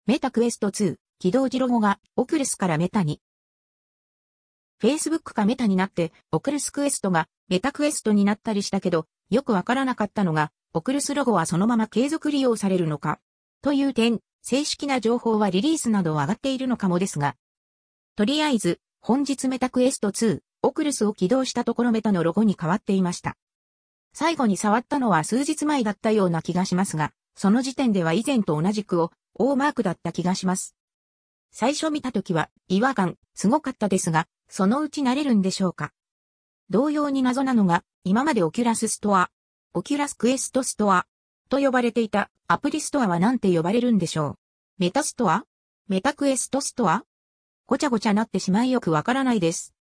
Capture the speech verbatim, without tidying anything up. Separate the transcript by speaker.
Speaker 1: メタクエストツー、起動時ロゴがオクルスからメタに。Facebook かメタになって、オクルスクエストがメタクエストになったりしたけど、よくわからなかったのが、オクルスロゴはそのまま継続利用されるのか。という点、正式な情報はリリースなど上がっているのかもですが。とりあえず、本日メタクエストツー、オクルスを起動したところメタのロゴに変わっていました。最後に触ったのは数日前だったような気がしますが、その時点では以前と同じくを、Oマークだった気がします。最初見たときは違和感、すごかったですが、そのうち慣れるんでしょうか。同様に謎なのが、今までオキュラスストア、オキュラスクエストストアと呼ばれていたアプリストアは何て呼ばれるんでしょう。メタストア？メタクエストストア？ごちゃごちゃなってしまいよくわからないです。